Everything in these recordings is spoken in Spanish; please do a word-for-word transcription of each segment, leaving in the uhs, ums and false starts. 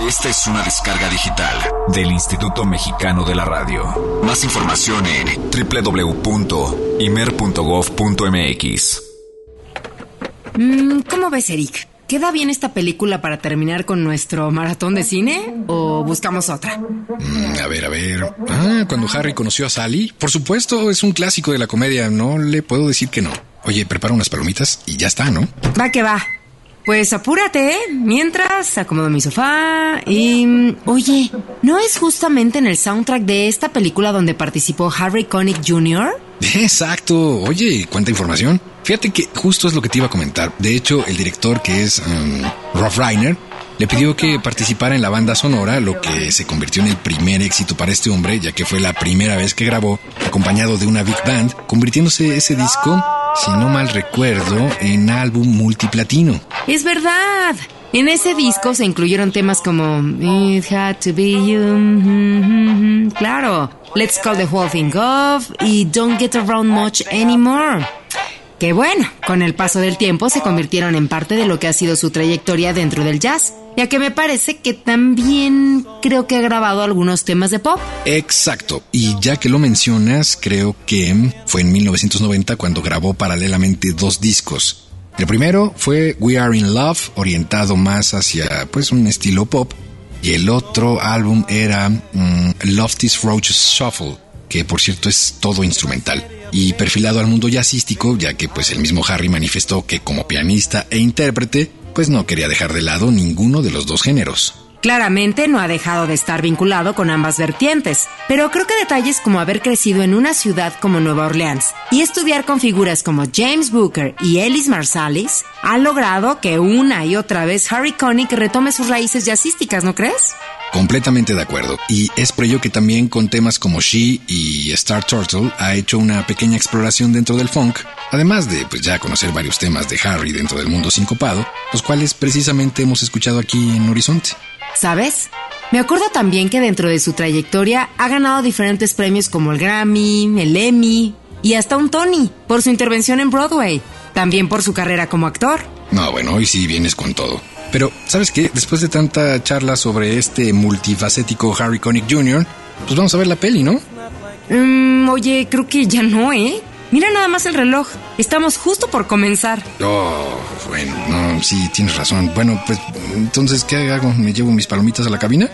Esta es una descarga digital del Instituto Mexicano de la Radio. Más información en doble u doble u doble u punto i m e r punto gov punto m x. Mm, ¿Cómo ves, Eric? ¿Queda bien esta película para terminar con nuestro maratón de cine o buscamos otra? Mm, a ver, a ver. Ah, cuando Harry conoció a Sally. Por supuesto, es un clásico de la comedia. No le puedo decir que no. Oye, prepara unas palomitas y ya está, ¿no? Va que va. Pues apúrate, ¿eh? Mientras acomodo mi sofá y... Oye, ¿no es justamente en el soundtrack de esta película donde participó Harry Connick junior? Exacto. Oye, ¿cuánta información? Fíjate que justo es lo que te iba a comentar. De hecho, el director, que es um, Rob Reiner, le pidió que participara en la banda sonora, lo que se convirtió en el primer éxito para este hombre, ya que fue la primera vez que grabó, acompañado de una big band, convirtiéndose ese disco, si no mal recuerdo, en álbum multiplatino. ¡Es verdad! En ese disco se incluyeron temas como It Had to Be You, mm-hmm, claro, Let's Call the Whole Thing Off y Don't Get Around Much Anymore. Que bueno, con el paso del tiempo se convirtieron en parte de lo que ha sido su trayectoria dentro del jazz, ya que me parece que también creo que ha grabado algunos temas de pop. Exacto, y ya que lo mencionas, creo que fue en mil novecientos noventa cuando grabó paralelamente dos discos. El primero fue We Are in Love, orientado más hacia pues un estilo pop, y el otro álbum era um, Lofty's Roaches Shuffle, que por cierto es todo instrumental y perfilado al mundo jazzístico, ya que pues el mismo Harry manifestó que como pianista e intérprete pues no quería dejar de lado ninguno de los dos géneros. Claramente no ha dejado de estar vinculado con ambas vertientes, pero creo que detalles como haber crecido en una ciudad como Nueva Orleans y estudiar con figuras como James Booker y Ellis Marsalis ha logrado que una y otra vez Harry Connick retome sus raíces jazzísticas, ¿no crees? Completamente de acuerdo, y es por ello que también con temas como She y Star Turtle ha hecho una pequeña exploración dentro del funk, además de pues ya conocer varios temas de Harry dentro del mundo sincopado, los cuales precisamente hemos escuchado aquí en Horizonte. ¿Sabes? Me acuerdo también que dentro de su trayectoria ha ganado diferentes premios como el Grammy, el Emmy y hasta un Tony por su intervención en Broadway, también por su carrera como actor. No, bueno, hoy sí vienes con todo. Pero, ¿sabes qué? Después de tanta charla sobre este multifacético Harry Connick junior, pues vamos a ver la peli, ¿no? Um, oye, creo que ya no, ¿eh? Mira nada más el reloj. Estamos justo por comenzar. Oh, bueno, no, sí, tienes razón. Bueno, pues, entonces, ¿qué hago? ¿Me llevo mis palomitas a la cabina?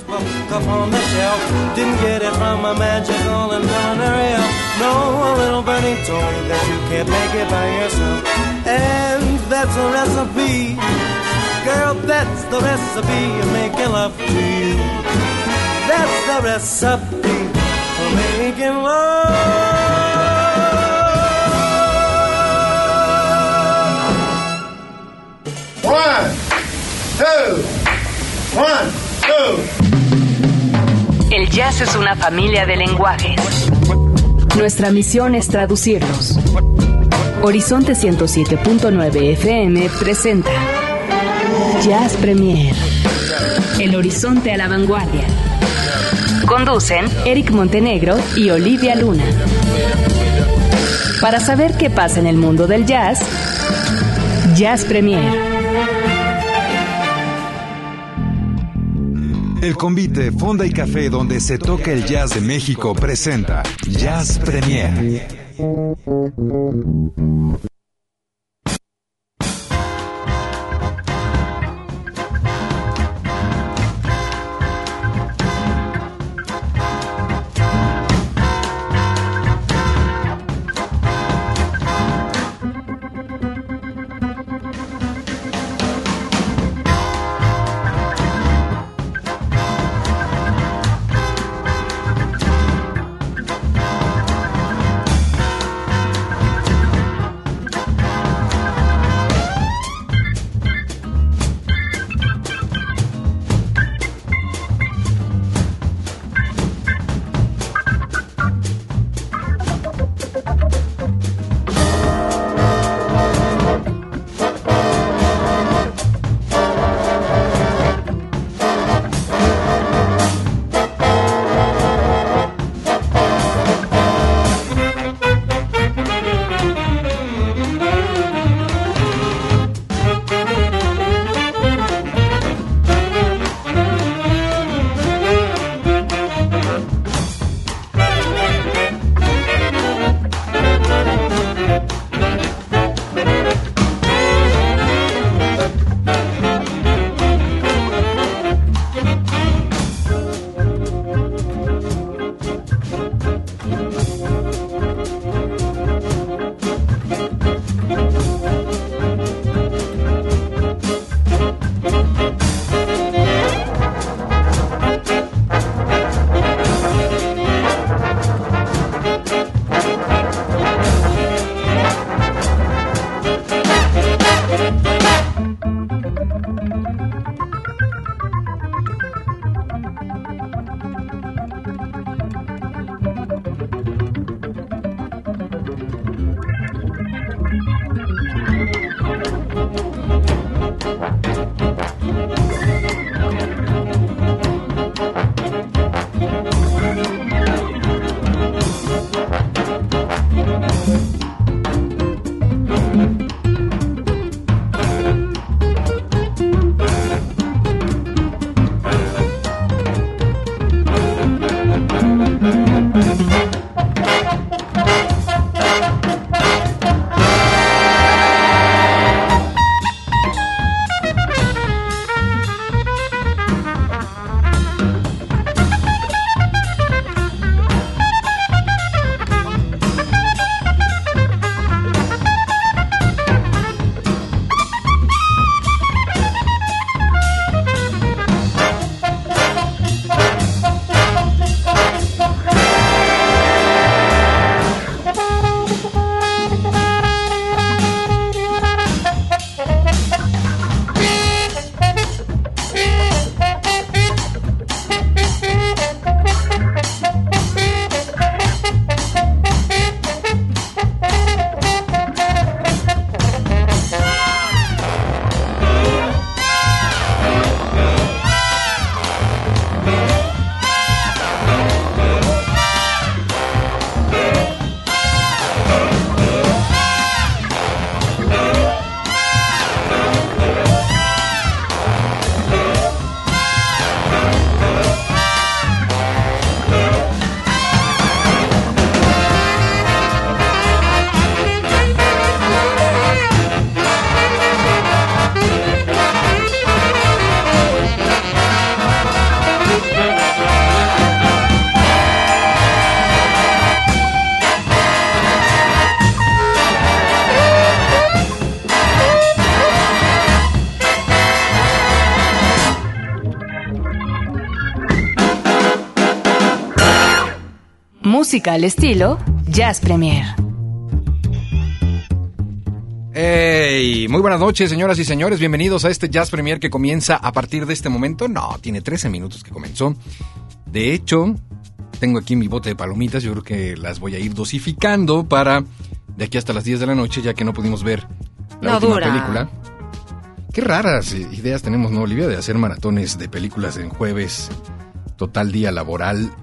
Girl, that's the recipe of making love to you. That's the recipe for making love. One, two, one, two. El jazz es una familia de lenguajes. Nuestra misión es traducirlos. Horizonte ciento siete punto nueve F M presenta Jazz Premier. El horizonte a la vanguardia. Conducen Eric Montenegro y Olivia Luna. Para saber qué pasa en el mundo del jazz, Jazz Premier. El convite Fonda y Café, donde se toca el jazz de México, presenta Jazz Premier. Música al estilo Jazz Premier. Hey, muy buenas noches, señoras y señores. Bienvenidos a este Jazz Premier que comienza a partir de este momento. No, tiene trece minutos que comenzó. De hecho, tengo aquí mi bote de palomitas. Yo creo que las voy a ir dosificando para de aquí hasta las diez de la noche, ya que no pudimos ver la no última dura. película. Qué raras ideas tenemos, ¿no, Olivia? De hacer maratones de películas en jueves, total día laboral.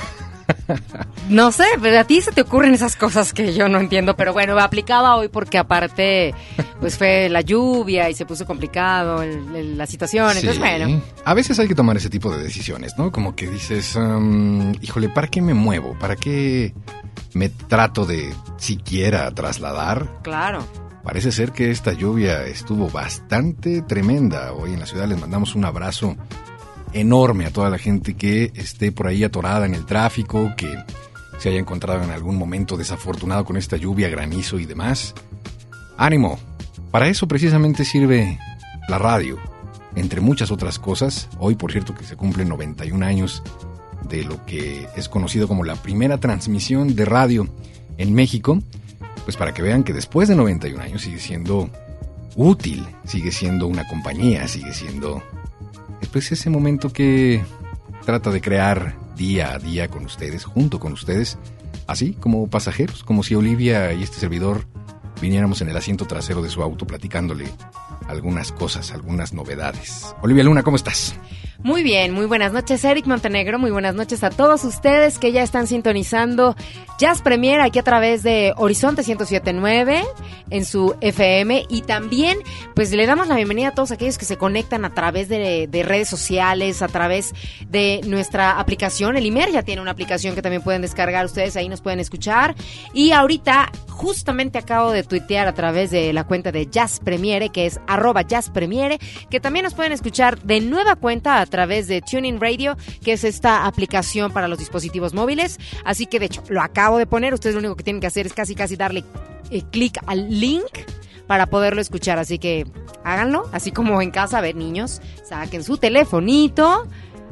No sé, pero a ti se te ocurren esas cosas que yo no entiendo, pero bueno, aplicaba hoy porque aparte pues fue la lluvia y se puso complicado el, el, la situación, Sí. entonces bueno. A veces hay que tomar ese tipo de decisiones, ¿no? Como que dices, um, híjole, ¿para qué me muevo? ¿Para qué me trato de siquiera trasladar? Claro. Parece ser que esta lluvia estuvo bastante tremenda. Hoy en la ciudad les mandamos un abrazo enorme a toda la gente que esté por ahí atorada en el tráfico, que se haya encontrado en algún momento desafortunado con esta lluvia, granizo y demás. ¡Ánimo! Para eso precisamente sirve la radio, entre muchas otras cosas. Hoy, por cierto, que se cumplen noventa y un años de lo que es conocido como la primera transmisión de radio en México, pues para que vean que después de noventa y un años sigue siendo útil, sigue siendo una compañía, sigue siendo pues ese momento que trata de crear día a día con ustedes, junto con ustedes, así como pasajeros, como si Olivia y este servidor viniéramos en el asiento trasero de su auto platicándole algunas cosas, algunas novedades. Olivia Luna, ¿cómo estás? Muy bien, muy buenas noches, Eric Montenegro, muy buenas noches a todos ustedes que ya están sintonizando Jazz Premier aquí a través de Horizonte ciento siete punto nueve en su F M, y también pues le damos la bienvenida a todos aquellos que se conectan a través de, de redes sociales, a través de nuestra aplicación. El Imer ya tiene una aplicación que también pueden descargar ustedes, ahí nos pueden escuchar, y ahorita justamente acabo de tuitear a través de la cuenta de Jazz Premiere, que es arroba Jazz Premiere, que también nos pueden escuchar de nueva cuenta a través de TuneIn Radio, que es esta aplicación para los dispositivos móviles. Así que de hecho lo acabo de poner, ustedes lo único que tienen que hacer es casi casi darle eh, clic al link para poderlo escuchar, así que háganlo, así como en casa. A ver, niños, saquen su telefonito,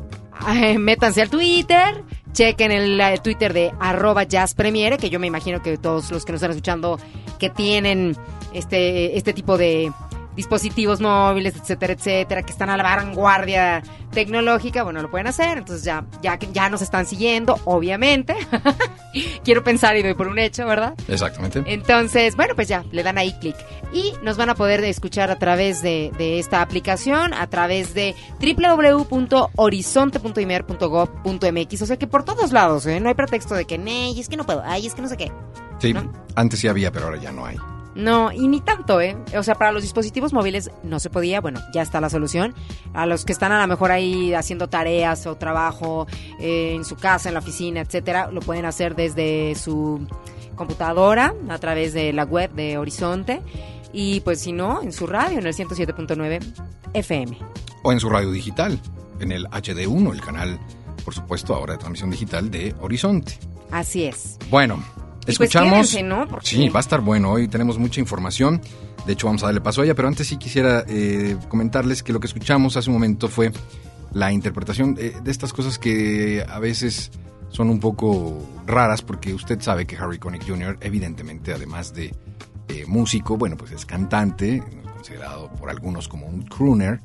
eh, métanse al Twitter, chequen el, el Twitter de arroba Jazz Premiere, que yo me imagino que todos los que nos están escuchando que tienen este, este tipo de dispositivos móviles, etcétera, etcétera, que están a la vanguardia tecnológica, bueno, lo pueden hacer. Entonces ya, ya, ya nos están siguiendo, obviamente. Quiero pensar y doy por un hecho, ¿verdad? Exactamente. Entonces, bueno, pues ya, le dan ahí clic. Y nos van a poder escuchar a través de, de esta aplicación, a través de doble u doble u doble u punto horizonte punto imer punto gov punto m x. O sea que por todos lados, ¿eh? No hay pretexto de que, "Ney, es que no puedo, ay, es que no sé qué". Sí, ¿no? Antes sí había, pero ahora ya no hay. No, y ni tanto, ¿eh? O sea, para los dispositivos móviles no se podía, bueno, ya está la solución. A los que están a lo mejor ahí haciendo tareas o trabajo eh, en su casa, en la oficina, etcétera, lo pueden hacer desde su computadora, a través de la web de Horizonte, y pues si no, en su radio, en el ciento siete punto nueve F M. O en su radio digital, en el H D uno, el canal, por supuesto, ahora de transmisión digital de Horizonte. Así es. Bueno, Pues escuchamos. quédense, ¿no? Porque Sí, va a estar bueno. Hoy tenemos mucha información. De hecho, vamos a darle paso a ella. Pero antes sí quisiera eh, comentarles que lo que escuchamos hace un momento fue la interpretación eh, de estas cosas que a veces son un poco raras, porque usted sabe que Harry Connick junior, evidentemente, además de eh, músico, bueno, pues es cantante, considerado por algunos como un crooner.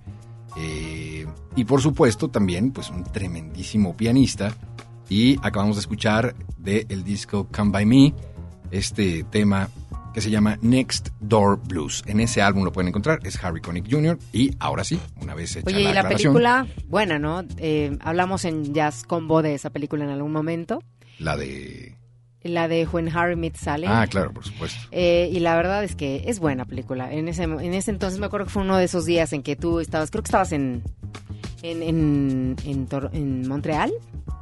Eh, y por supuesto también pues un tremendísimo pianista. Y acabamos de escuchar del disco Come By Me este tema que se llama Next Door Blues. En ese álbum lo pueden encontrar, es Harry Connick junior Y ahora sí, una vez hecha Oye, la y la aclaración, película, buena, ¿no? Eh, hablamos en Jazz Combo de esa película en algún momento. la de... La de When Harry Met Sally. Ah, claro, por supuesto. Eh, y la verdad es que es buena película. En ese, en ese entonces me acuerdo que fue uno de esos días en que tú estabas, creo que estabas en, en, en, en, Tor- en Montreal.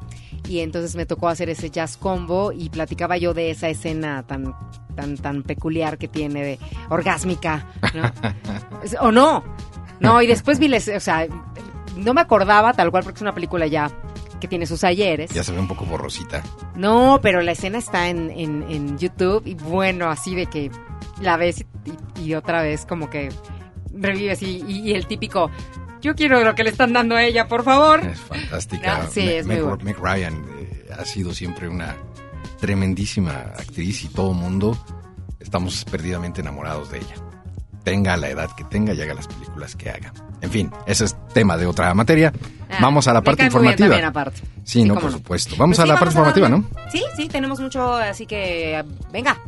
Y entonces me tocó hacer ese Jazz Combo y platicaba yo de esa escena tan tan tan peculiar que tiene, de orgásmica, ¿no? ¿O no? No, y después vi, les, o sea, no me acordaba tal cual porque es una película ya que tiene sus ayeres. Ya se ve un poco borrosita. No, pero la escena está en, en, en YouTube y bueno, así de que la ves y, y otra vez como que revives y, y, y el típico... Yo quiero lo que le están dando a ella, por favor. Es fantástica. No, sí, Me- es Meg, muy bueno. Meg Ryan eh, ha sido siempre una tremendísima actriz y todo mundo estamos perdidamente enamorados de ella. Tenga la edad que tenga y haga las películas que haga. En fin, ese es tema de otra materia. Ah, Vamos a la parte informativa. También, aparte. Sí, sí, no, por no. supuesto. Vamos pues a sí, la vamos parte a informativa, darle. ¿no? Sí, sí, tenemos mucho, así que venga.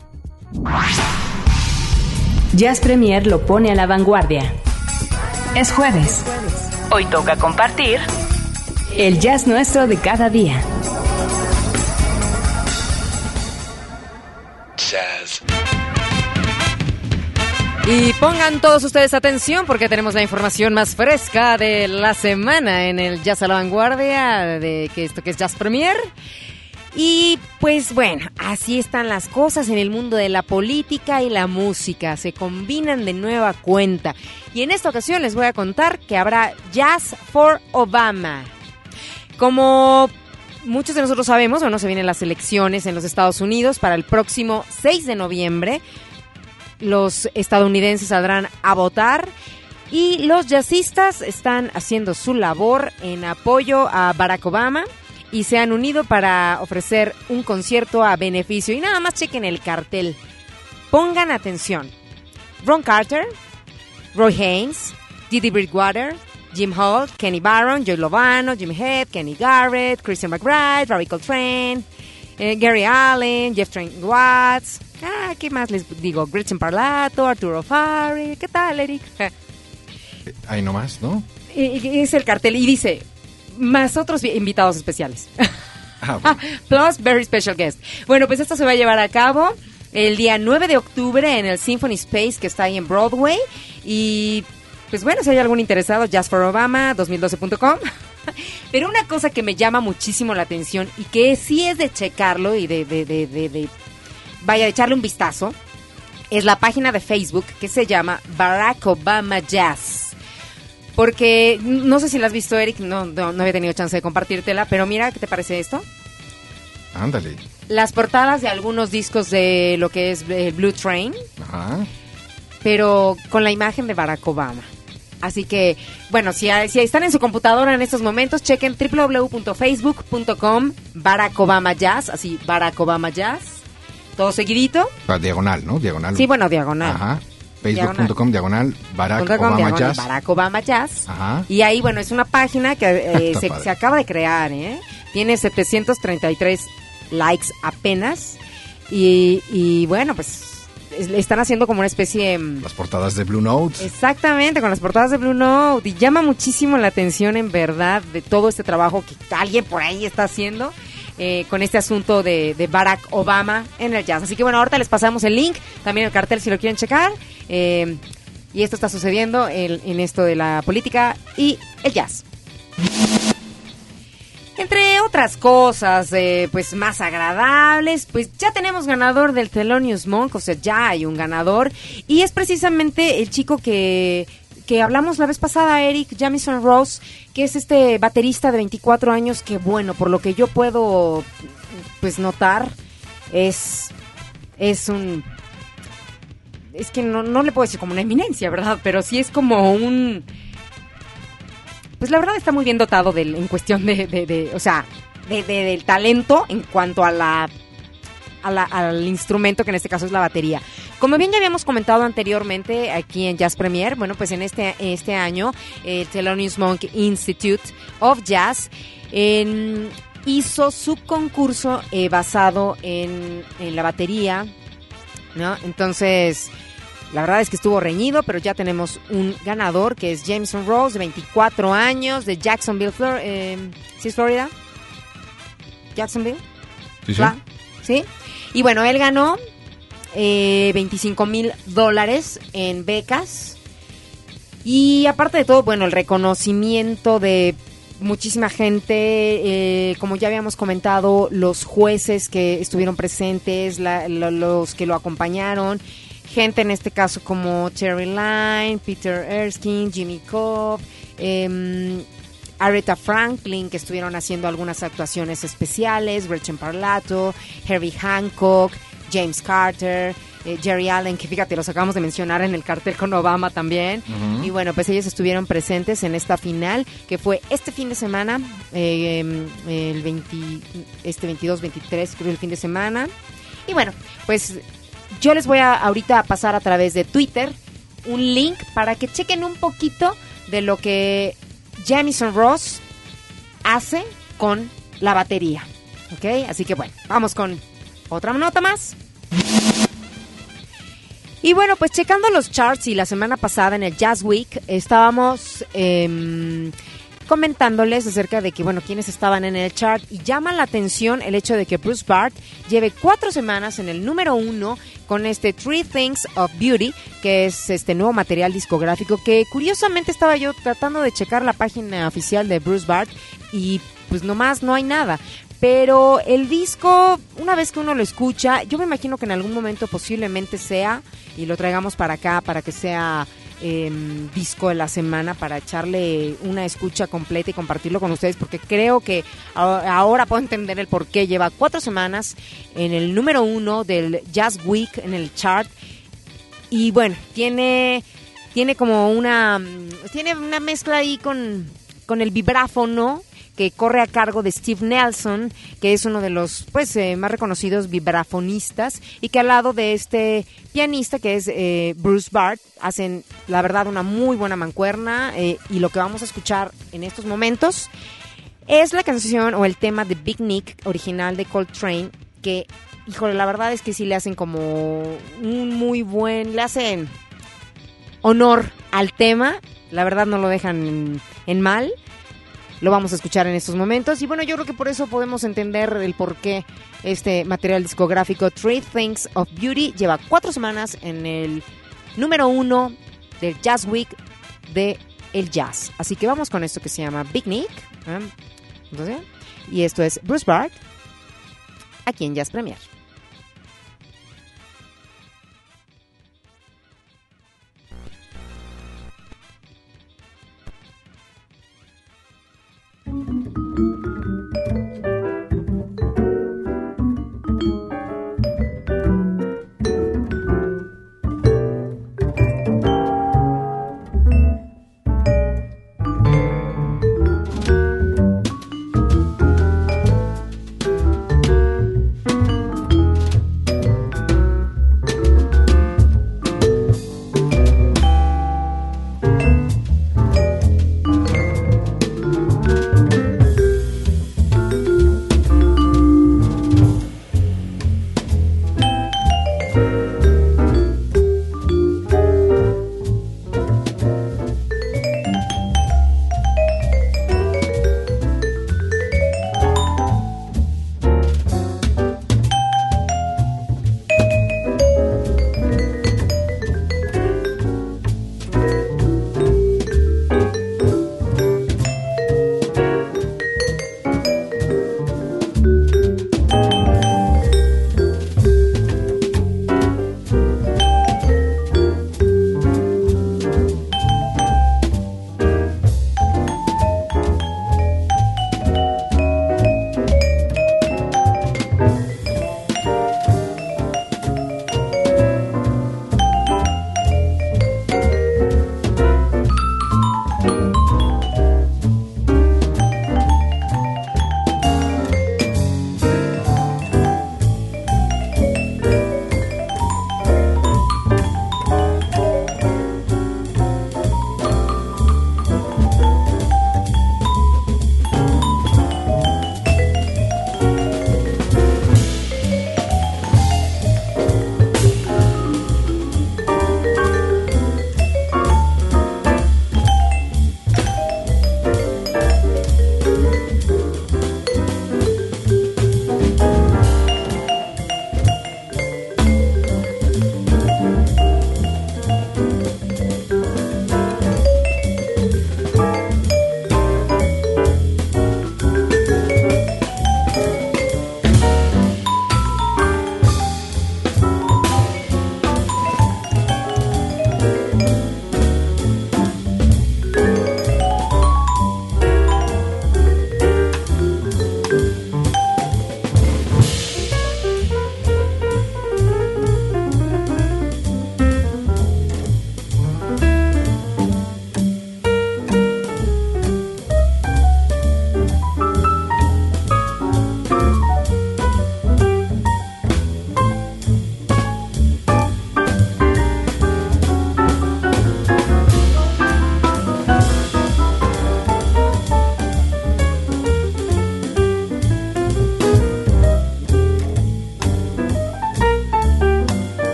Jazz Premier lo pone a la vanguardia. Es jueves. Hoy toca compartir el jazz nuestro de cada día. Jazz. Y pongan todos ustedes atención porque tenemos la información más fresca de la semana en el Jazz a la Vanguardia, de que esto que es Jazz Premier. Y pues bueno, así están las cosas en el mundo de la política y la música, se combinan de nueva cuenta. Y en esta ocasión les voy a contar que habrá Jazz for Obama. Como muchos de nosotros sabemos, bueno, se vienen las elecciones en los Estados Unidos para el próximo seis de noviembre. Los estadounidenses saldrán a votar y los jazzistas están haciendo su labor en apoyo a Barack Obama y se han unido para ofrecer un concierto a beneficio. Y nada más chequen el cartel. Pongan atención. Ron Carter, Roy Haynes, Didi Bridgewater, Jim Holt, Kenny Barron, Joey Lovano, Jimmy Head, Kenny Garrett, Christian McBride, Robbie Coltrane, eh, Gary Allen, Jeff Trent Watts. Ah, ¿qué más les digo? Gretchen Parlato, Arturo Farri. ¿Qué tal, Eric? Ahí nomás, ¿no? Y, es el cartel y dice, más otros invitados especiales. Ah, bueno. Plus very special guest. Bueno, pues esto se va a llevar a cabo el día nueve de octubre en el Symphony Space que está ahí en Broadway. Y pues bueno, si hay algún interesado, jazz for obama dos mil doce punto com. Pero una cosa que me llama muchísimo la atención y que sí es de checarlo y de... de, de, de, de vaya a echarle un vistazo, es la página de Facebook que se llama Barack Obama Jazz. Porque, no sé si la has visto, Eric, no, no, no había tenido chance de compartírtela, pero mira, ¿qué te parece esto? Ándale. Las portadas de algunos discos de lo que es eh, Blue Train, Ajá. pero con la imagen de Barack Obama. Así que, bueno, si, si están en su computadora en estos momentos, chequen doble u doble u doble u punto facebook punto com Barack Obama Jazz, así Barack Obama Jazz. Todo seguidito. Ah, diagonal, ¿no? Diagonal. Sí, bueno, diagonal. Ajá. Facebook punto com, diagonal, Barack Punto com, Obama diagonal, Jazz. Barack Obama Jazz. Ajá. Y ahí, bueno, es una página que eh, se, padre. se acaba de crear, ¿eh? Tiene setecientos treinta y tres likes apenas. Y, y bueno, pues es, le están haciendo como una especie... Las portadas de Blue Note. Exactamente, con las portadas de Blue Note. Y llama muchísimo la atención, en verdad, de todo este trabajo que alguien por ahí está haciendo. Eh, con este asunto de, de Barack Obama en el jazz. Así que bueno, ahorita les pasamos el link, también el cartel si lo quieren checar. Eh, y esto está sucediendo en, en esto de la política y el jazz. Entre otras cosas, eh, pues más agradables, pues ya tenemos ganador del Thelonious Monk, o sea, ya hay un ganador. Y es precisamente el chico que... que hablamos la vez pasada, Eric, Jamison Rose, que es este baterista de veinticuatro años que, bueno, por lo que yo puedo, pues, notar, es, es un, es que no, no le puedo decir como una eminencia, ¿verdad? Pero sí es como un, pues, la verdad está muy bien dotado del, en cuestión de, de, de o sea, de, de, del talento en cuanto a la... A la, al instrumento que en este caso es la batería. Como bien ya habíamos comentado anteriormente aquí en Jazz Premier, bueno, pues en este, este año el Thelonious Monk Institute of Jazz eh, hizo su concurso eh, basado en, en la batería, ¿no? Entonces, la verdad es que estuvo reñido, pero ya tenemos un ganador que es Jamison Rose, de veinticuatro años, de Jacksonville, Flor- eh, ¿sí es Florida? Jacksonville. Sí, sí. ¿Sí? Y bueno, él ganó eh, veinticinco mil dólares en becas. Y aparte de todo, bueno, el reconocimiento de muchísima gente, eh, como ya habíamos comentado, los jueces que estuvieron presentes, la, lo, los que lo acompañaron, gente en este caso como Terry Lyne, Peter Erskine, Jimmy Cobb, eh, Aretha Franklin, que estuvieron haciendo algunas actuaciones especiales, Gretchen Parlato, Herbie Hancock, James Carter, eh, Jerry Allen, que fíjate, los acabamos de mencionar en el cartel con Obama también. Uh-huh. Y bueno, pues ellos estuvieron presentes en esta final, que fue este fin de semana, eh, el veinte, este veintidós, veintitrés, creo, el fin de semana. Y bueno, pues yo les voy a ahorita a pasar a través de Twitter un link para que chequen un poquito de lo que Jamison Ross hace con la batería. ¿Ok? Así que bueno, vamos con otra nota más. Y bueno, pues checando los charts, y la semana pasada en el Jazz Week estábamos eh, comentándoles acerca de que, bueno, quiénes estaban en el chart, y llama la atención el hecho de que Bruce Bart lleve cuatro semanas en el número uno con este Three Things of Beauty, que es este nuevo material discográfico, que curiosamente estaba yo tratando de checar la página oficial de Bruce Bart y pues nomás no hay nada. Pero el disco, una vez que uno lo escucha, yo me imagino que en algún momento posiblemente sea, y lo traigamos para acá para que sea eh, disco de la semana, para echarle una escucha completa y compartirlo con ustedes, porque creo que ahora puedo entender el por qué lleva cuatro semanas en el número uno del Jazz Week en el chart. Y bueno, tiene, tiene como una, tiene una mezcla ahí con, con el vibráfono, que corre a cargo de Steve Nelson, que es uno de los pues eh, más reconocidos vibrafonistas, y que al lado de este pianista que es eh, Bruce Bart, hacen la verdad una muy buena mancuerna, eh, y lo que vamos a escuchar en estos momentos es la canción o el tema de Big Nick, original de Coltrane, que, híjole, la verdad es que sí le hacen como un muy buen, le hacen honor al tema, la verdad no lo dejan en, en mal. Lo vamos a escuchar en estos momentos. Y bueno, yo creo que por eso podemos entender el por qué este material discográfico Three Things of Beauty lleva cuatro semanas en el número uno del Jazz Week de el jazz. Así que vamos con esto que se llama Big Nick. ¿eh? Entonces, y esto es Bruce Bart, aquí en Jazz Premier.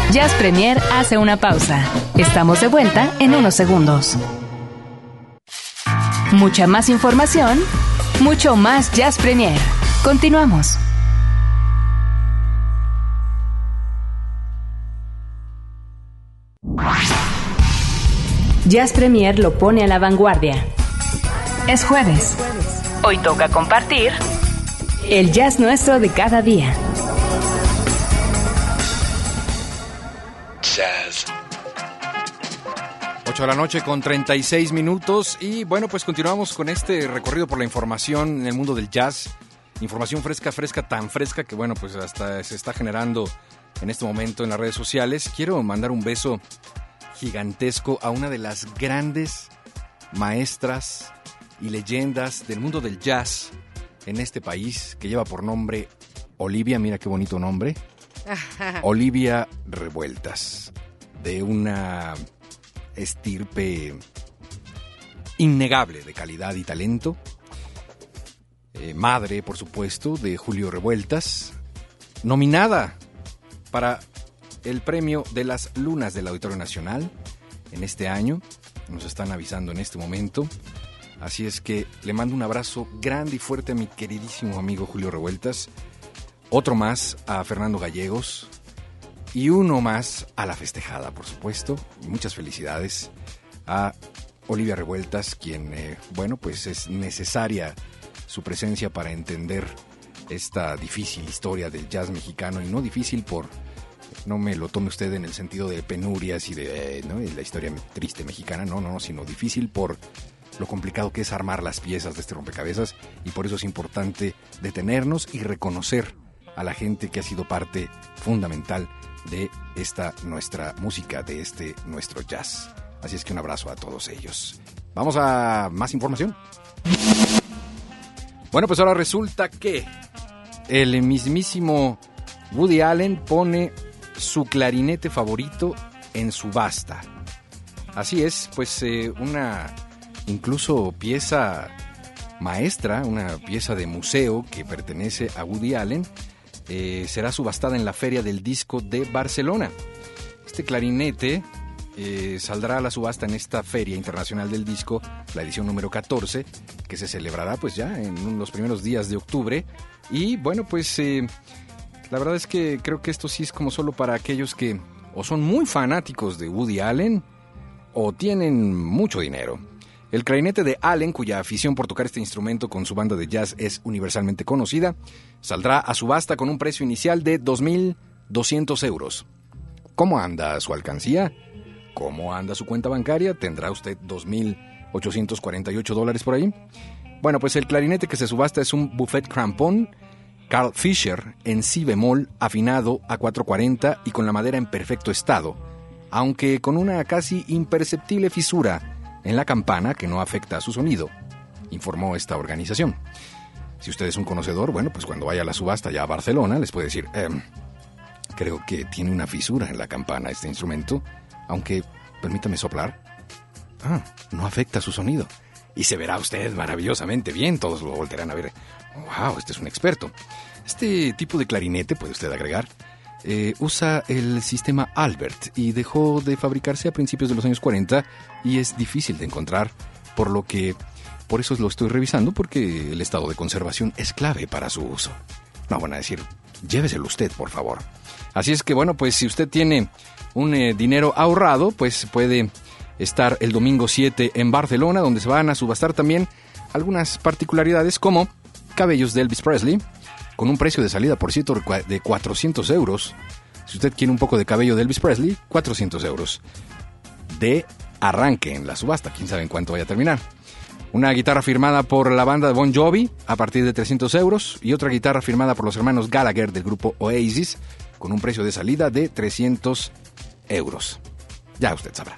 Jazz Premier hace una pausa. Estamos de vuelta en unos segundos. Mucha más información, mucho más Jazz Premier. Continuamos. Jazz Premier lo pone a la vanguardia. Es jueves. Hoy toca compartir el jazz nuestro de cada día. Jazz. ocho de la noche con treinta y seis minutos y bueno, pues continuamos con este recorrido por la información en el mundo del jazz. Información fresca, fresca, tan fresca que bueno, pues hasta se está generando en este momento en las redes sociales. Quiero mandar un beso gigantesco a una de las grandes maestras y leyendas del mundo del jazz en este país, que lleva por nombre Olivia, mira qué bonito nombre, Olivia Revueltas, de una estirpe innegable de calidad y talento, eh, madre, por supuesto, de Julio Revueltas, nominada para el premio de las Lunas del Auditorio Nacional en este año, nos están avisando en este momento. Así es que le mando un abrazo grande y fuerte a mi queridísimo amigo Julio Revueltas, otro más a Fernando Gallegos y uno más a la festejada, por supuesto. Muchas felicidades a Olivia Revueltas, quien, eh, bueno, pues es necesaria su presencia para entender esta difícil historia del jazz mexicano, y no difícil por, no me lo tome usted en el sentido de penurias y de, eh, ¿no?, de la historia triste mexicana, no, no, no, sino difícil por lo complicado que es armar las piezas de este rompecabezas, y por eso es importante detenernos y reconocer a la gente que ha sido parte fundamental de esta nuestra música, de este nuestro jazz. Así es que un abrazo a todos ellos. Vamos a más información. Bueno, pues ahora resulta que el mismísimo Woody Allen pone su clarinete favorito en subasta. Así es, pues eh, una incluso pieza maestra, una pieza de museo que pertenece a Woody Allen, eh, será subastada en la Feria del Disco de Barcelona. Este clarinete eh, saldrá a la subasta en esta Feria Internacional del Disco, la edición número catorce, que se celebrará pues ya en los primeros días de octubre. Y bueno, pues eh, la verdad es que creo que esto sí es como solo para aquellos que o son muy fanáticos de Woody Allen o tienen mucho dinero. El clarinete de Allen, cuya afición por tocar este instrumento con su banda de jazz es universalmente conocida, saldrá a subasta con un precio inicial de dos mil doscientos euros. ¿Cómo anda su alcancía? ¿Cómo anda su cuenta bancaria? ¿Tendrá usted dos mil ochocientos cuarenta y ocho dólares por ahí? Bueno, pues el clarinete que se subasta es un Buffet Crampon Carl Fischer en si bemol, afinado a cuatro cuarenta y con la madera en perfecto estado, aunque con una casi imperceptible fisura en la campana que no afecta a su sonido, informó esta organización. Si usted es un conocedor, bueno, pues cuando vaya a la subasta ya a Barcelona, les puede decir, eh, creo que tiene una fisura en la campana este instrumento, aunque, permítame soplar, ah, no afecta a su sonido. Y se verá usted maravillosamente bien, todos lo volverán a ver. ¡Wow! Este es un experto. Este tipo de clarinete, puede usted agregar, Eh, usa el sistema Albert y dejó de fabricarse a principios de los años cuarenta y es difícil de encontrar, por lo que por eso lo estoy revisando, porque el estado de conservación es clave para su uso. No van a decir, lléveselo usted, por favor. Así es que bueno, pues si usted tiene un eh, dinero ahorrado, pues puede estar el domingo siete en Barcelona, donde se van a subastar también algunas particularidades como cabellos de Elvis Presley, con un precio de salida, por cierto, de cuatrocientos euros. Si usted quiere un poco de cabello de Elvis Presley, cuatrocientos euros. De arranque en la subasta, quién sabe en cuánto vaya a terminar. Una guitarra firmada por la banda de Bon Jovi, a partir de trescientos euros. Y otra guitarra firmada por los hermanos Gallagher del grupo Oasis, con un precio de salida de trescientos euros. Ya usted sabrá.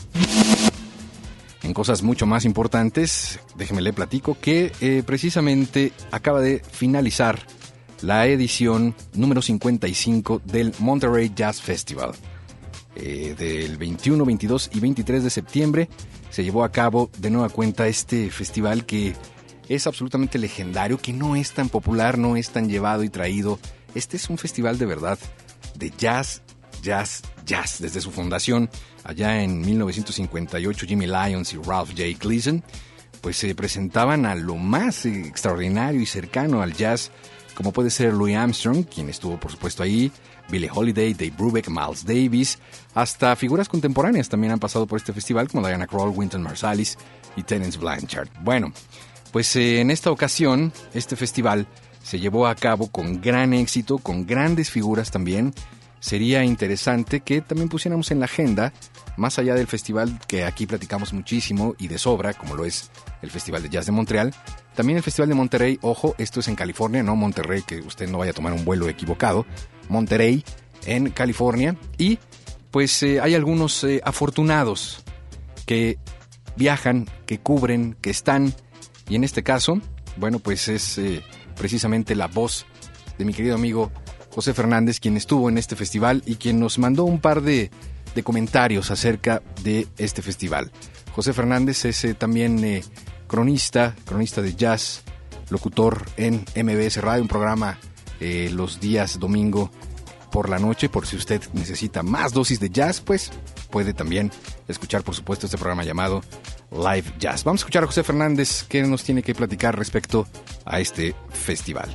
En cosas mucho más importantes, déjeme le platico que eh, precisamente acaba de finalizar la edición número cincuenta y cinco del Monterey Jazz Festival. Eh, del veintiuno, veintidós y veintitrés de septiembre se llevó a cabo de nueva cuenta este festival que es absolutamente legendario, que no es tan popular, no es tan llevado y traído. Este es un festival de verdad de jazz jazz, jazz, desde su fundación, allá en mil novecientos cincuenta y ocho, Jimmy Lyons y Ralph J. Gleason, pues se presentaban a lo más extraordinario y cercano al jazz, como puede ser Louis Armstrong, quien estuvo por supuesto ahí, Billie Holiday, Dave Brubeck, Miles Davis, hasta figuras contemporáneas también han pasado por este festival, como Diana Krall, Wynton Marsalis y Terence Blanchard. Bueno, pues eh, en esta ocasión, este festival se llevó a cabo con gran éxito, con grandes figuras también. Sería interesante que también pusiéramos en la agenda, más allá del festival que aquí platicamos muchísimo y de sobra, como lo es el Festival de Jazz de Montreal, también el Festival de Monterrey. Ojo, esto es en California, no Monterrey, que usted no vaya a tomar un vuelo equivocado. Monterrey, en California. Y pues eh, hay algunos eh, afortunados que viajan, que cubren, que están. Y en este caso, bueno, pues es eh, precisamente la voz de mi querido amigo José Fernández, quien estuvo en este festival y quien nos mandó un par de, de comentarios acerca de este festival. José Fernández es eh, también eh, cronista, cronista de jazz, locutor en M B S Radio, un programa eh, los días domingo por la noche. Por si usted necesita más dosis de jazz, pues puede también escuchar, por supuesto, este programa llamado Live Jazz. Vamos a escuchar a José Fernández, que nos tiene que platicar respecto a este festival.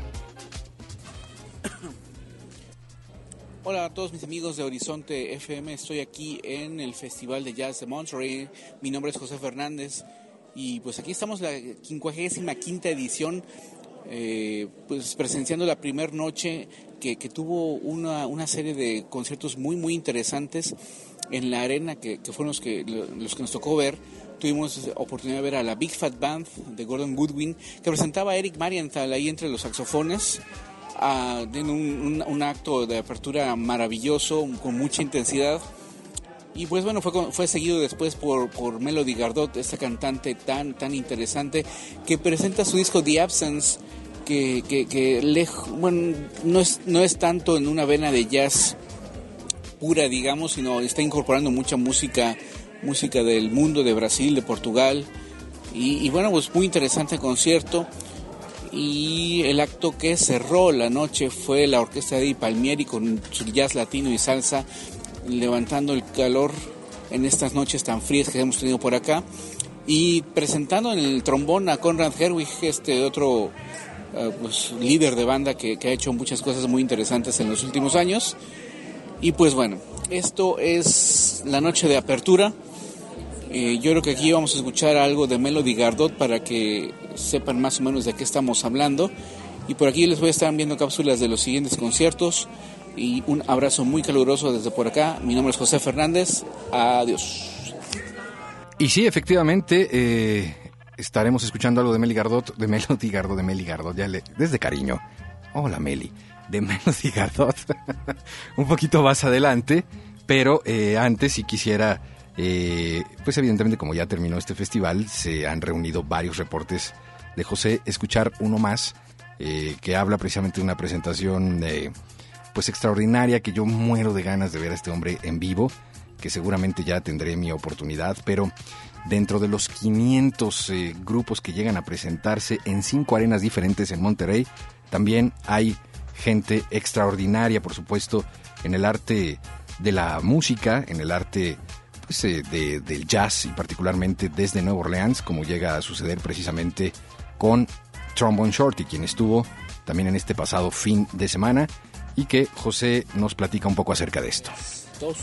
Hola a todos mis amigos de Horizonte F M, estoy aquí en el Festival de Jazz de Monterrey. Mi nombre es José Fernández y pues aquí estamos la quincuagésima quinta edición, eh, pues presenciando la primera noche que, que tuvo una, una serie de conciertos muy muy interesantes en la arena, que, que fueron los que, los que nos tocó ver. Tuvimos oportunidad de ver a la Big Fat Band de Gordon Goodwin, que presentaba a Eric Marienthal ahí entre los saxofones, Uh, en un, un, un acto de apertura maravilloso, con mucha intensidad. Y pues bueno, fue, fue seguido después por, por Melody Gardot, esta cantante tan, tan interesante, que presenta su disco The Absence, que, que, que lej, bueno, no es, no es tanto en una vena de jazz pura, digamos, sino está incorporando mucha música, música del mundo, de Brasil, de Portugal. Y, y bueno, pues muy interesante el concierto. Y el acto que cerró la noche fue la orquesta de Eddie Palmieri con su jazz latino y salsa, levantando el calor en estas noches tan frías que hemos tenido por acá, y presentando en el trombón a Conrad Herwig, este otro uh, pues, líder de banda que, que ha hecho muchas cosas muy interesantes en los últimos años. Y pues bueno, esto es la noche de apertura. Eh, yo creo que aquí vamos a escuchar algo de Melody Gardot para que sepan más o menos de qué estamos hablando. Y por aquí les voy a estar viendo cápsulas de los siguientes conciertos. Y un abrazo muy caluroso desde por acá. Mi nombre es José Fernández. Adiós. Y sí, efectivamente, eh, estaremos escuchando algo de Meli Gardot, de Melody Gardot, de Meli Gardot, ya le, desde cariño. Hola Meli, de Melody Gardot. Un poquito más adelante, pero eh, antes si quisiera... Eh, pues evidentemente, como ya terminó este festival, se han reunido varios reportes de José. Escuchar uno más eh, que habla precisamente de una presentación eh, pues extraordinaria, que yo muero de ganas de ver a este hombre en vivo, que seguramente ya tendré mi oportunidad. Pero dentro de los quinientos eh, grupos que llegan a presentarse en cinco arenas diferentes en Monterrey, también hay gente extraordinaria, por supuesto, en el arte de la música, en el arte pues, eh, de, del jazz, y particularmente desde Nueva Orleans, como llega a suceder precisamente con Trombone Shorty, quien estuvo también en este pasado fin de semana, y que José nos platica un poco acerca de esto. Dos.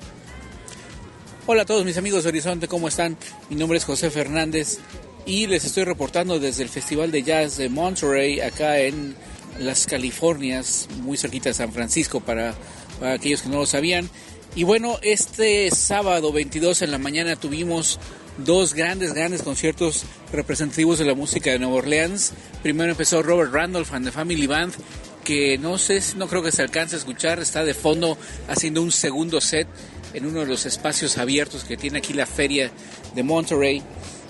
Hola a todos mis amigos de Horizonte, ¿cómo están? Mi nombre es José Fernández y les estoy reportando desde el Festival de Jazz de Monterrey, acá en las Californias, muy cerquita de San Francisco, para, para aquellos que no lo sabían. Y bueno, este sábado veintidós en la mañana tuvimos dos grandes, grandes conciertos representativos de la música de Nueva Orleans. Primero empezó Robert Randolph and the Family Band, que no sé, no creo que se alcance a escuchar, está de fondo haciendo un segundo set en uno de los espacios abiertos que tiene aquí la feria de Monterrey.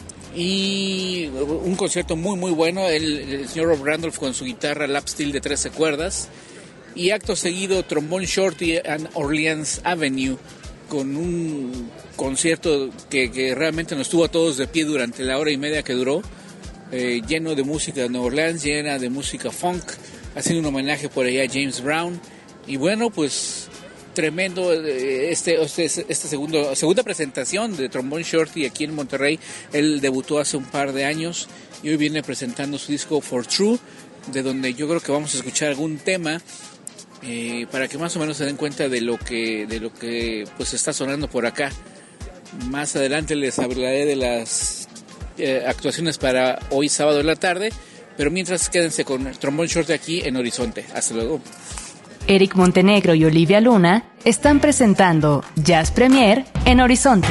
Y un concierto muy muy bueno, el, el señor Robert Randolph con su guitarra lap steel de trece cuerdas. Y acto seguido, Trombone Shorty and Orleans Avenue, con un concierto que, que realmente nos tuvo a todos de pie durante la hora y media que duró, eh, lleno de música de Nueva Orleans, llena de música funk, haciendo un homenaje por allá a James Brown. Y bueno, pues tremendo este, este, este segundo segunda presentación de Trombone Shorty aquí en Monterrey. Él debutó hace un par de años y hoy viene presentando su disco For True, de donde yo creo que vamos a escuchar algún tema eh, para que más o menos se den cuenta de lo que de lo que pues está sonando por acá. Más adelante les hablaré de las eh, actuaciones para hoy sábado en la tarde, pero mientras quédense con Trombone Shorty aquí en Horizonte. Hasta luego. Eric Montenegro y Olivia Luna están presentando Jazz Premier en Horizonte.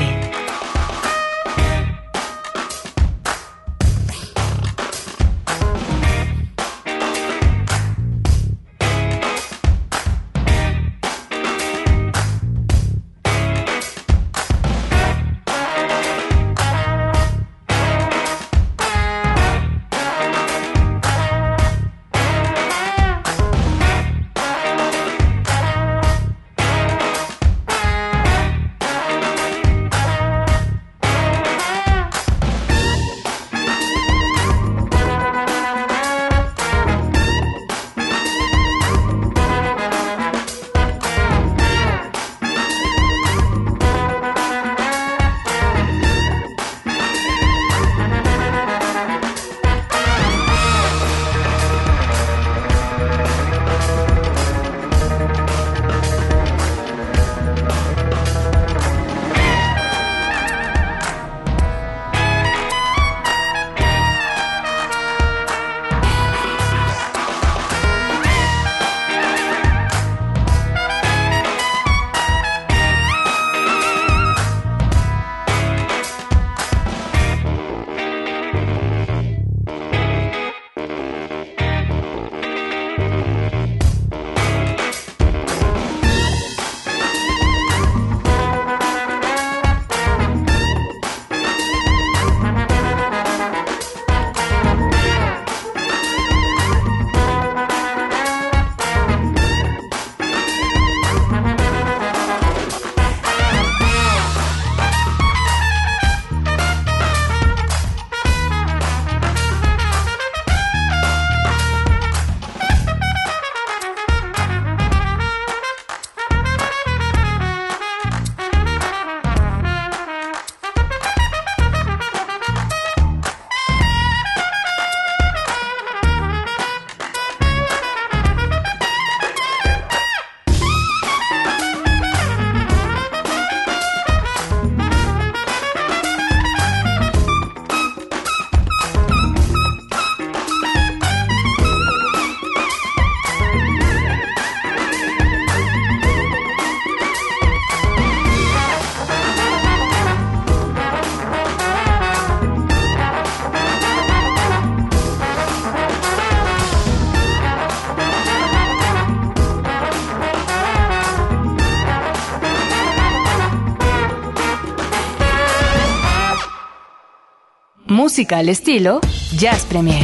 Música al estilo Jazz Premier.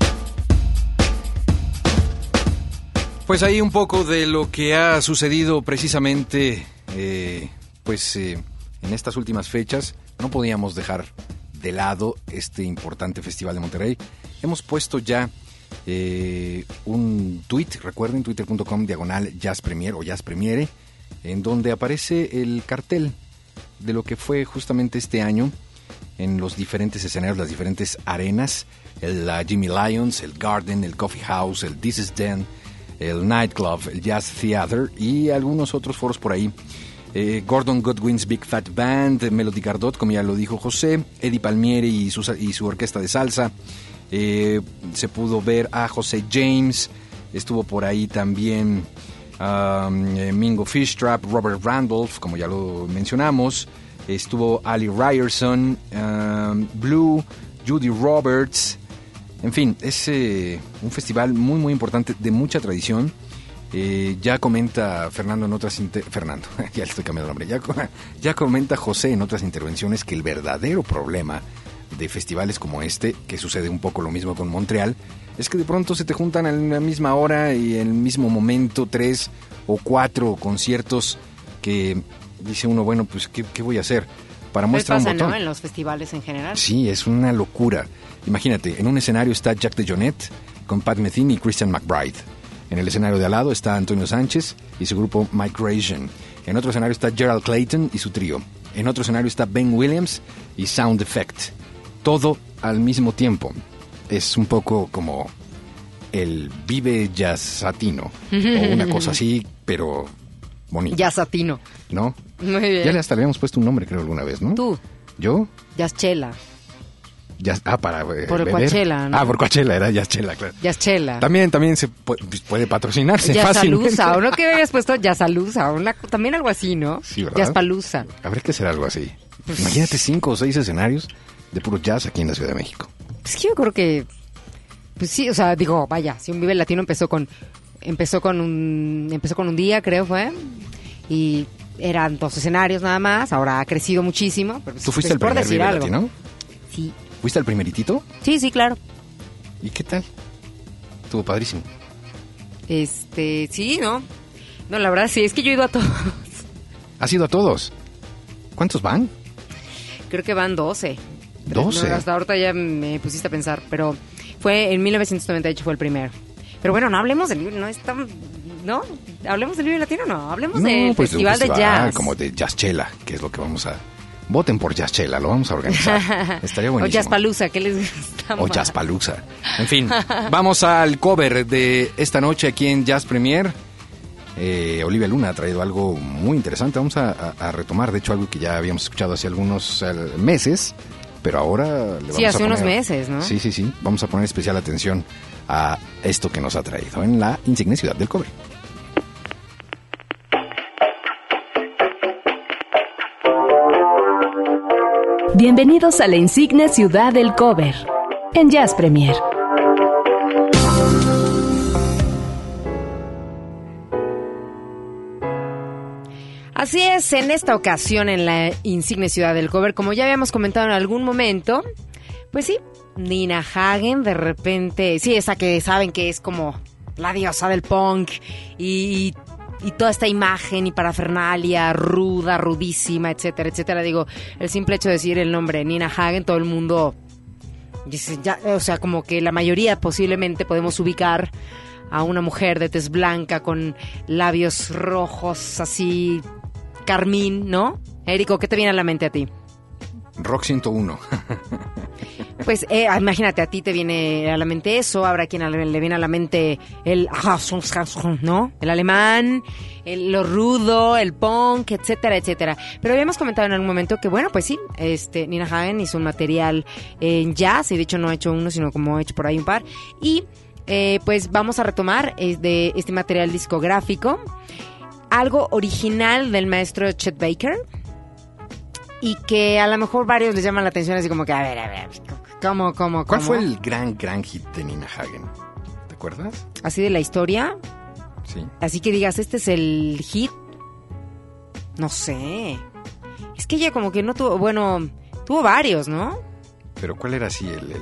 Pues ahí un poco de lo que ha sucedido precisamente eh, pues eh, en estas últimas fechas. No podíamos dejar de lado este importante festival de Monterrey. Hemos puesto ya eh, un tweet, recuerden, twitter punto com diagonal Jazz Premier o Jazz Premiere, en donde aparece el cartel de lo que fue justamente este año en los diferentes escenarios, las diferentes arenas, el uh, Jimmy Lyons, el Garden, el Coffee House, el This Is Den, el Nightclub, el Jazz Theater y algunos otros foros por ahí. Eh, Gordon Goodwin's Big Fat Band, Melody Gardot, como ya lo dijo José, Eddie Palmieri y su, y su orquesta de salsa. Eh, se pudo ver a José James, estuvo por ahí también um, eh, Mingo Fishtrap, Robert Randolph, como ya lo mencionamos. Estuvo Ali Ryerson, um, Blue, Judy Roberts. En fin, es eh, un festival muy muy importante, de mucha tradición. Eh, ya comenta Fernando en otras inter- Fernando, ya le estoy cambiando el nombre. Ya, ya comenta José en otras intervenciones que el verdadero problema de festivales como este, que sucede un poco lo mismo con Montreal, es que de pronto se te juntan a la misma hora y en el mismo momento tres o cuatro conciertos que dice uno, bueno, pues ¿qué, qué voy a hacer? Para muestra un botón. ¿No? En los festivales en general. Sí, es una locura. Imagínate, en un escenario está Jack DeJohnette con Pat Metheny y Christian McBride. En el escenario de al lado está Antonio Sánchez y su grupo Migration. En otro escenario está Gerald Clayton y su trío. En otro escenario está Ben Williams y Sound Effect. Todo al mismo tiempo. Es un poco como el Vive Jazzatino o una cosa así, pero bonito. Jazzatino. ¿No? Muy bien. Ya le hasta le habíamos puesto un nombre, creo, alguna vez, ¿no? Tú. ¿Yo? Jazzchela. Jazz, ah, para eh, Por beber. Coachella, ¿no? Ah, por Coachella, era Jazzchela, claro. Jazzchela. También, también se puede, puede patrocinarse fácilmente. Jazzalusa, o no que habías puesto Jazzalusa, una, también algo así, ¿no? Sí, ¿verdad? Jazzpalusa. Habría que hacer algo así. Pues, imagínate cinco o seis escenarios de puro jazz aquí en la Ciudad de México. Pues que yo creo que, pues sí, o sea, digo, vaya, si un Vive Latino empezó con, empezó con un, empezó con un día, creo fue, y eran dos escenarios nada más, ahora ha crecido muchísimo. Pero ¿Tú fuiste el primer Vive algo. Latino? Sí. ¿Fuiste al primeritito? Sí, sí, claro. ¿Y qué tal? Estuvo padrísimo. Este, sí, ¿no? No, la verdad sí, es que yo he ido a todos. ¿Has ido a todos? ¿Cuántos van? Creo que van doce. ¿doce? No, hasta ahorita ya me pusiste a pensar, pero fue en mil novecientos noventa y ocho fue el primero. Pero bueno, no hablemos del... No es tan... ¿No? ¿Hablemos del Vive Latino? No, hablemos no, del pues festival de, de jazz. Como de Jazzchela, que es lo que vamos a... Voten por Jazzchela, lo vamos a organizar. Estaría buenísimo. O Jazzpalusa, ¿qué les gusta más? O Jazzpalusa. En fin, vamos al cover de esta noche aquí en Jazz Premier. Eh, Olivia Luna ha traído algo muy interesante. Vamos a, a, a retomar, de hecho, algo que ya habíamos escuchado hace algunos uh, meses, pero ahora le vamos sí, hace a poner, unos meses, ¿no? Sí, sí, sí. Vamos a poner especial atención a esto que nos ha traído en la insigne ciudad del cover. Bienvenidos a la insigne ciudad del cover en Jazz Premier. Así es, en esta ocasión en la insigne ciudad del cover, como ya habíamos comentado en algún momento, pues sí, Nina Hagen de repente, sí, esa que saben que es como la diosa del punk y... y toda esta imagen y parafernalia ruda, rudísima, etcétera, etcétera. Digo, el simple hecho de decir el nombre Nina Hagen, todo el mundo dice, ya, o sea, como que la mayoría posiblemente podemos ubicar a una mujer de tez blanca con labios rojos así, carmín, ¿no? Érico, ¿qué te viene a la mente a ti? Rock ciento uno. Pues eh, imagínate, a ti te viene a la mente eso, habrá quien le viene a la mente el, ¿no? El alemán, el, lo rudo, el punk, etcétera, etcétera. Pero habíamos comentado en algún momento que, bueno, pues sí, este Nina Hagen hizo un material en jazz, y de hecho no ha hecho uno, sino como ha hecho por ahí un par. Y eh, pues vamos a retomar es de este material discográfico, algo original del maestro Chet Baker, y que a lo mejor varios les llaman la atención así como que, a ver, a ver, ¿cómo, cómo, cómo? ¿Cuál fue el gran, gran hit de Nina Hagen? ¿Te acuerdas? ¿Así de la historia? Sí. Así que digas, ¿este es el hit? No sé. Es que ella como que no tuvo, bueno, tuvo varios, ¿no? Pero ¿cuál era así el,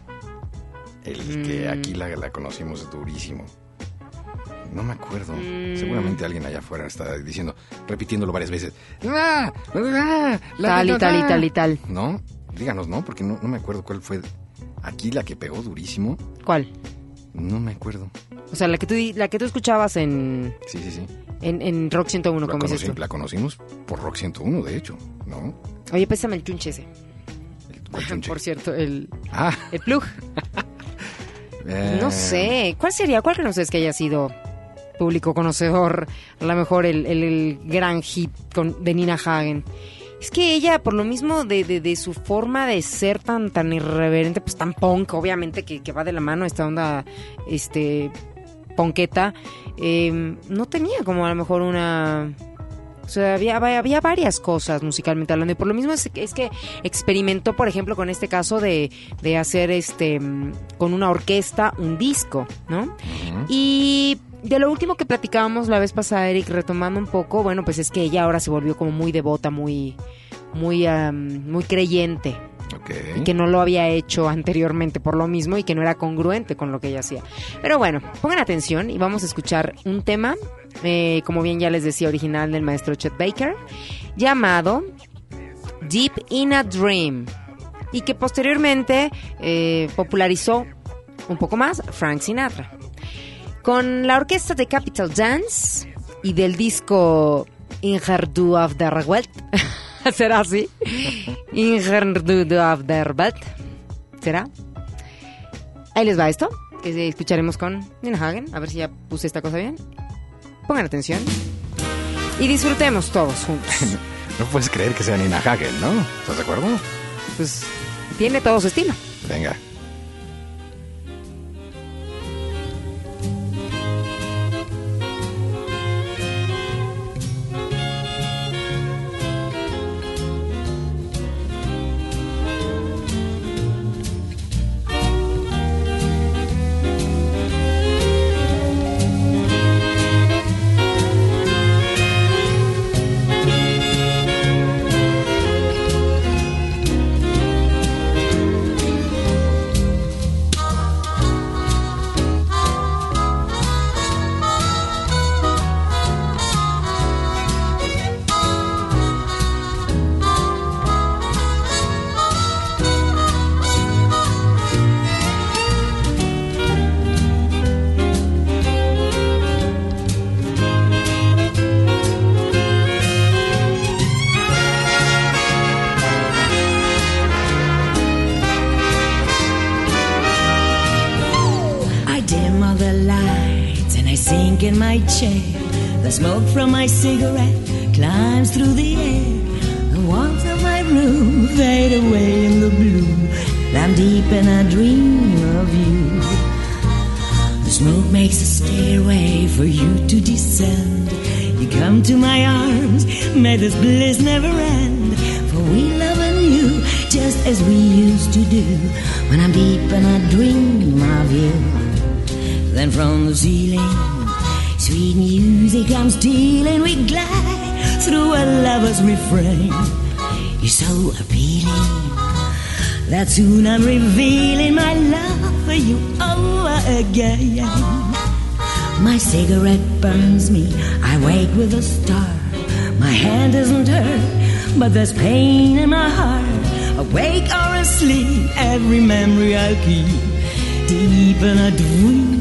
el, el Mm. que aquí la, la conocimos durísimo? No me acuerdo. Mm. Seguramente alguien allá afuera está diciendo, repitiéndolo varias veces. ¡Ah! ¡Ah! La Tal y tal y tal y tal. ¿No? Díganos, ¿no? Porque no, no me acuerdo cuál fue aquí la que pegó durísimo. ¿Cuál? No me acuerdo. O sea, la que tú, di- la que tú escuchabas en, Sí, sí, sí. en, en Rock ciento uno, La, como dices conocí- tú. la conocimos por Rock ciento uno, de hecho, ¿no? Oye, pésame el chunche ese. El- ¿cuál chunche? Por cierto, el, Ah, el plug. eh, No sé. ¿Cuál sería? ¿Cuál creen ustedes que haya sido público conocedor? A lo mejor el, el, el gran hit con, de Nina Hagen. Es que ella, por lo mismo de, de, de su forma de ser tan tan irreverente, pues tan punk, obviamente, que, que va de la mano esta onda este ponqueta, eh, no tenía como a lo mejor una... O sea, había, había varias cosas musicalmente hablando, y por lo mismo es, es que experimentó, por ejemplo, con este caso de, de hacer este mm, con una orquesta un disco, ¿no? Ujú. Y de lo último que platicábamos la vez pasada, Eric, retomando un poco, bueno, pues es que ella ahora se volvió como muy devota, muy, muy, um, muy creyente, Ok. y que no lo había hecho anteriormente por lo mismo y que no era congruente con lo que ella hacía. Pero bueno, pongan atención y vamos a escuchar un tema, eh, como bien ya les decía, original del maestro Chet Baker, llamado Deep in a Dream, y que posteriormente eh, popularizó un poco más Frank Sinatra. con la orquesta de Capital Dance y del disco Ingerdu of der Welt. ¿Será así? Ingerdu of der Welt. ¿Será? Ahí les va esto, que escucharemos con Nina Hagen. A ver si ya puse esta cosa bien. Pongan atención y disfrutemos todos juntos. No puedes creer que sea Nina Hagen, ¿no? ¿Estás de acuerdo? Pues tiene todo su estilo. Venga. In my chair, the smoke from my cigarette climbs through the air. The warmth of my room fade away in the blue. I'm deep in a dream of you. The smoke makes a stairway for you to descend. You come to my arms, may this bliss never end. For we love anew, just as we used to do. When I'm deep in a dream of you. Then from the ceiling, sweet music comes stealing, we glide through a lover's refrain. You're so appealing that soon I'm revealing my love for you over again. My cigarette burns me, I wake with a start. My hand isn't hurt, but there's pain in my heart. Awake or asleep, every memory I keep deep in a dream.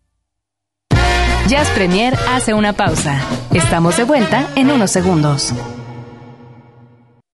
Jazz Premier hace una pausa. Estamos de vuelta en unos segundos.